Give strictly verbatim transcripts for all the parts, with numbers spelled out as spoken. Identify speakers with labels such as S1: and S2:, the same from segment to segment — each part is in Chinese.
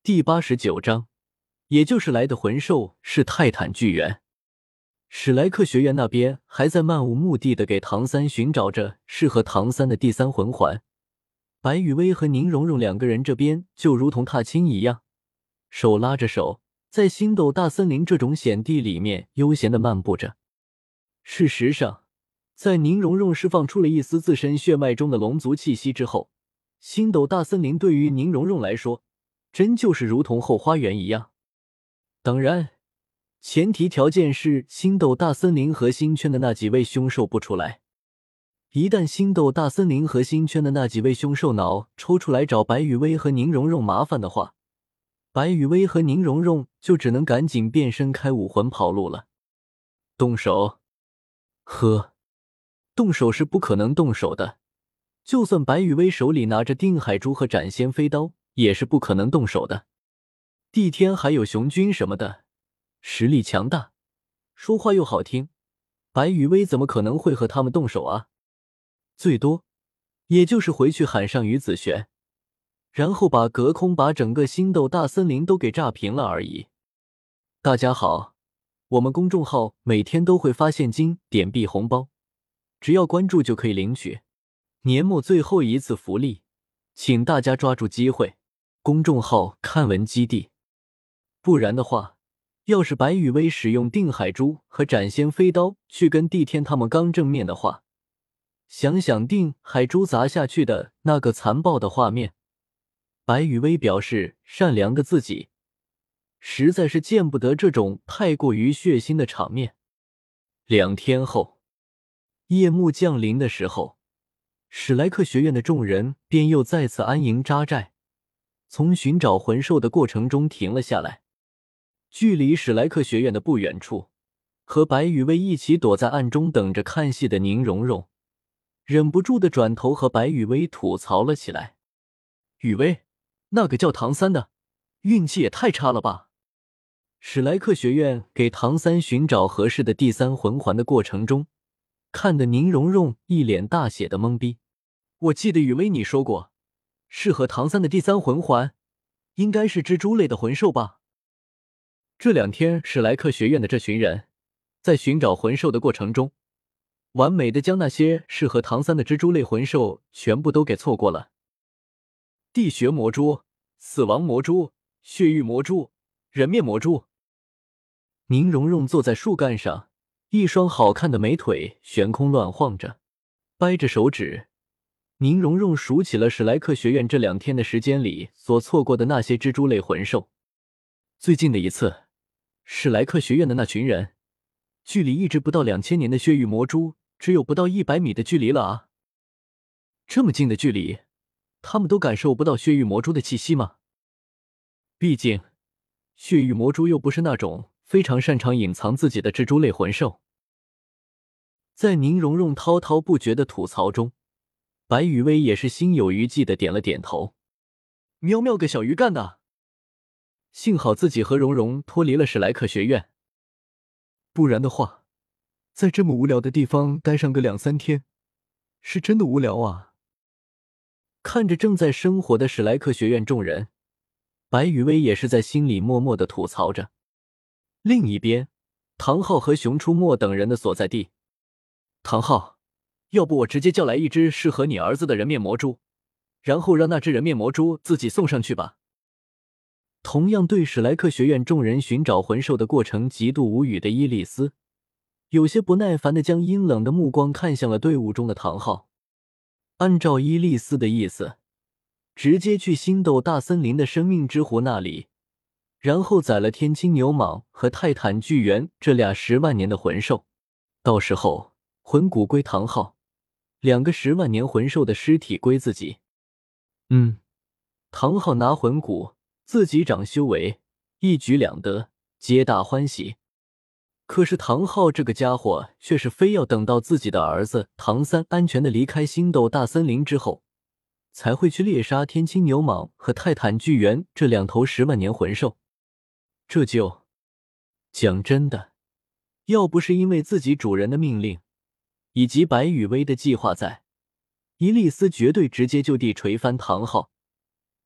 S1: 第八十九章，也就是来的魂兽是泰坦巨猿。史莱克学院那边还在漫无目的的给唐三寻找着适合唐三的第三魂环，白雨薇和宁荣荣两个人这边就如同踏青一样，手拉着手，在星斗大森林这种险地里面悠闲的漫步着。事实上，在宁荣荣释放出了一丝自身血脉中的龙族气息之后，星斗大森林对于宁荣荣来说真就是如同后花园一样。当然，前提条件是星斗大森林核心圈的那几位凶兽不出来。一旦星斗大森林核心圈的那几位凶兽脑抽出来找白雨薇和宁荣荣麻烦的话，白雨薇和宁荣荣就只能赶紧变身开武魂跑路了。动手？呵，动手是不可能动手的，就算白雨薇手里拿着定海珠和斩仙飞刀，也是不可能动手的。帝天还有雄军什么的，实力强大，说话又好听，白雨薇怎么可能会和他们动手啊？最多也就是回去喊上于子璇，然后把隔空把整个星斗大森林都给炸平了而已。大家好，我们公众号每天都会发现金点币红包，只要关注就可以领取。年末最后一次福利，请大家抓住机会，公众号看文基地。不然的话，要是白雨薇使用定海珠和斩仙飞刀去跟帝天他们刚正面的话，想想定海珠砸下去的那个残暴的画面，白雨薇表示善良的自己实在是见不得这种太过于血腥的场面。两天后，夜幕降临的时候，史莱克学院的众人便又再次安营扎寨，从寻找魂兽的过程中停了下来。距离史莱克学院的不远处，和白雨薇一起躲在暗中等着看戏的宁荣荣忍不住的转头和白雨薇吐槽了起来。雨薇，那个叫唐三的运气也太差了吧。史莱克学院给唐三寻找合适的第三魂环的过程中，看得宁荣荣一脸大写的懵逼。我记得雨薇你说过，适合唐三的第三魂环应该是蜘蛛类的魂兽吧。这两天史莱克学院的这群人在寻找魂兽的过程中，完美的将那些适合唐三的蜘蛛类魂兽全部都给错过了。地穴魔蛛、死亡魔蛛、血域魔蛛、人面魔蛛。宁荣荣坐在树干上，一双好看的美腿悬空乱晃着，掰着手指，宁荣荣数起了史莱克学院这两天的时间里所错过的那些蜘蛛类魂兽。最近的一次，史莱克学院的那群人距离一直不到两千年的血域魔蛛只有不到一百米的距离了啊！这么近的距离，他们都感受不到血域魔蛛的气息吗？毕竟，血域魔蛛又不是那种非常擅长隐藏自己的蜘蛛类魂兽。在宁荣荣滔滔不绝的吐槽中，白雨薇也是心有余悸的点了点头。喵喵个小鱼干的！幸好自己和荣荣脱离了史莱克学院，不然的话，在这么无聊的地方待上个两三天，是真的无聊啊。看着正在生活的史莱克学院众人，白雨薇也是在心里默默的吐槽着。另一边，唐昊和熊出没等人的所在地。唐昊，要不我直接叫来一只适合你儿子的人面魔蛛，然后让那只人面魔蛛自己送上去吧。同样对史莱克学院众人寻找魂兽的过程极度无语的伊利斯，有些不耐烦地将阴冷的目光看向了队伍中的唐昊。按照伊利斯的意思，直接去星斗大森林的生命之湖那里，然后宰了天青牛蟒和泰坦巨猿这俩十万年的魂兽，到时候魂骨归唐昊，两个十万年魂兽的尸体归自己。嗯，唐昊拿魂骨，自己长修为，一举两得，皆大欢喜。可是唐昊这个家伙却是非要等到自己的儿子唐三安全的离开星斗大森林之后，才会去猎杀天青牛蟒和泰坦巨猿这两头十万年魂兽。这就讲真的，要不是因为自己主人的命令以及白雨薇的计划在，伊利斯绝对直接就地锤翻唐昊，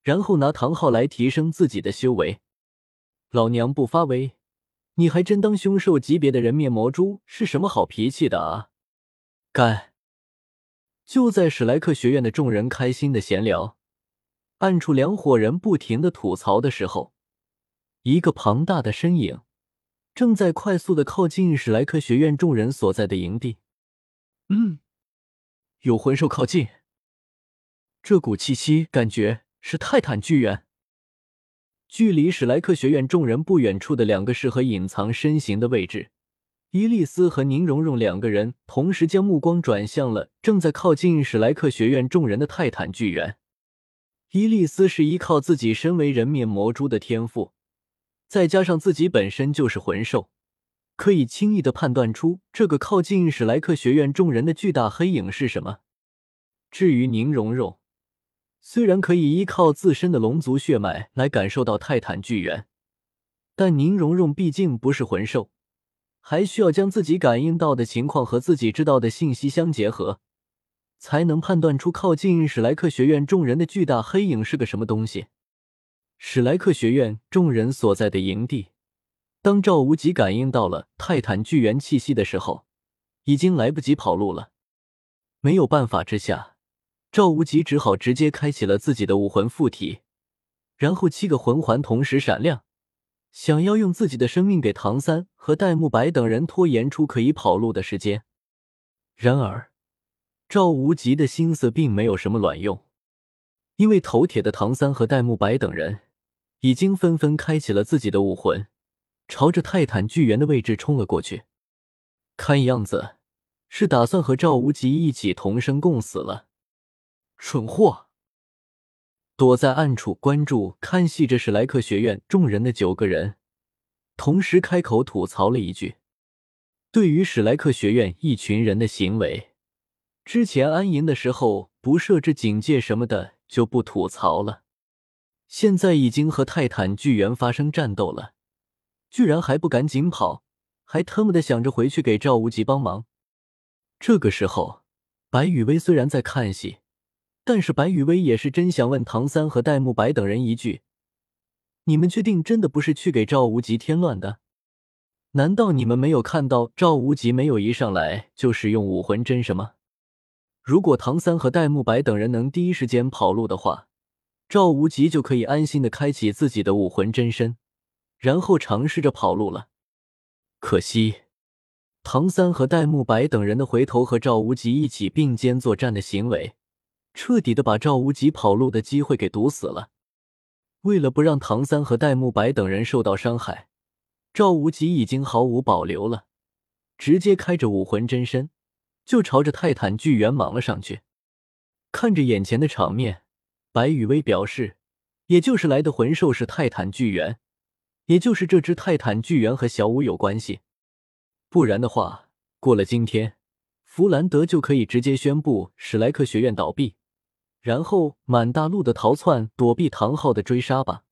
S1: 然后拿唐昊来提升自己的修为。老娘不发威，你还真当凶兽级别的人面魔蛛是什么好脾气的啊？干！就在史莱克学院的众人开心的闲聊，暗处两伙人不停的吐槽的时候，一个庞大的身影正在快速的靠近史莱克学院众人所在的营地。嗯，有魂兽靠近，这股气息感觉是泰坦巨猿。距离史莱克学院众人不远处的两个适合隐藏身形的位置，伊莉丝和宁荣荣两个人同时将目光转向了正在靠近史莱克学院众人的泰坦巨猿。伊莉丝是依靠自己身为人面魔蛛的天赋，再加上自己本身就是魂兽，可以轻易地判断出这个靠近史莱克学院众人的巨大黑影是什么。至于宁荣荣，虽然可以依靠自身的龙族血脉来感受到泰坦巨猿，但宁荣荣毕竟不是魂兽，还需要将自己感应到的情况和自己知道的信息相结合，才能判断出靠近史莱克学院众人的巨大黑影是个什么东西。史莱克学院众人所在的营地，当赵无极感应到了泰坦巨猿气息的时候，已经来不及跑路了。没有办法之下，赵无极只好直接开启了自己的武魂附体，然后七个魂环同时闪亮，想要用自己的生命给唐三和戴沐白等人拖延出可以跑路的时间。然而赵无极的心思并没有什么卵用，因为头铁的唐三和戴沐白等人已经纷纷开启了自己的武魂，朝着泰坦巨猿的位置冲了过去，看样子是打算和赵无极一起同生共死了。蠢货！躲在暗处关注看戏着史莱克学院众人的九个人同时开口吐槽了一句。对于史莱克学院一群人的行为，之前安营的时候不设置警戒什么的就不吐槽了，现在已经和泰坦巨猿发生战斗了，居然还不赶紧跑，还特么的想着回去给赵无极帮忙。这个时候白羽薇虽然在看戏，但是白羽薇也是真想问唐三和戴沐白等人一句，你们确定真的不是去给赵无极添乱的？难道你们没有看到赵无极没有一上来就使用武魂真身吗？如果唐三和戴沐白等人能第一时间跑路的话，赵无极就可以安心的开启自己的武魂真身，然后尝试着跑路了。可惜唐三和戴沐白等人的回头和赵无极一起并肩作战的行为，彻底的把赵无极跑路的机会给堵死了。为了不让唐三和戴沐白等人受到伤害，赵无极已经毫无保留了，直接开着武魂真身就朝着泰坦巨猿莽了上去。看着眼前的场面，白羽薇表示，也就是来的魂兽是泰坦巨猿，也就是这只泰坦巨猿和小舞有关系，不然的话，过了今天弗兰德就可以直接宣布史莱克学院倒闭，然后满大陆的逃窜躲避唐昊的追杀吧。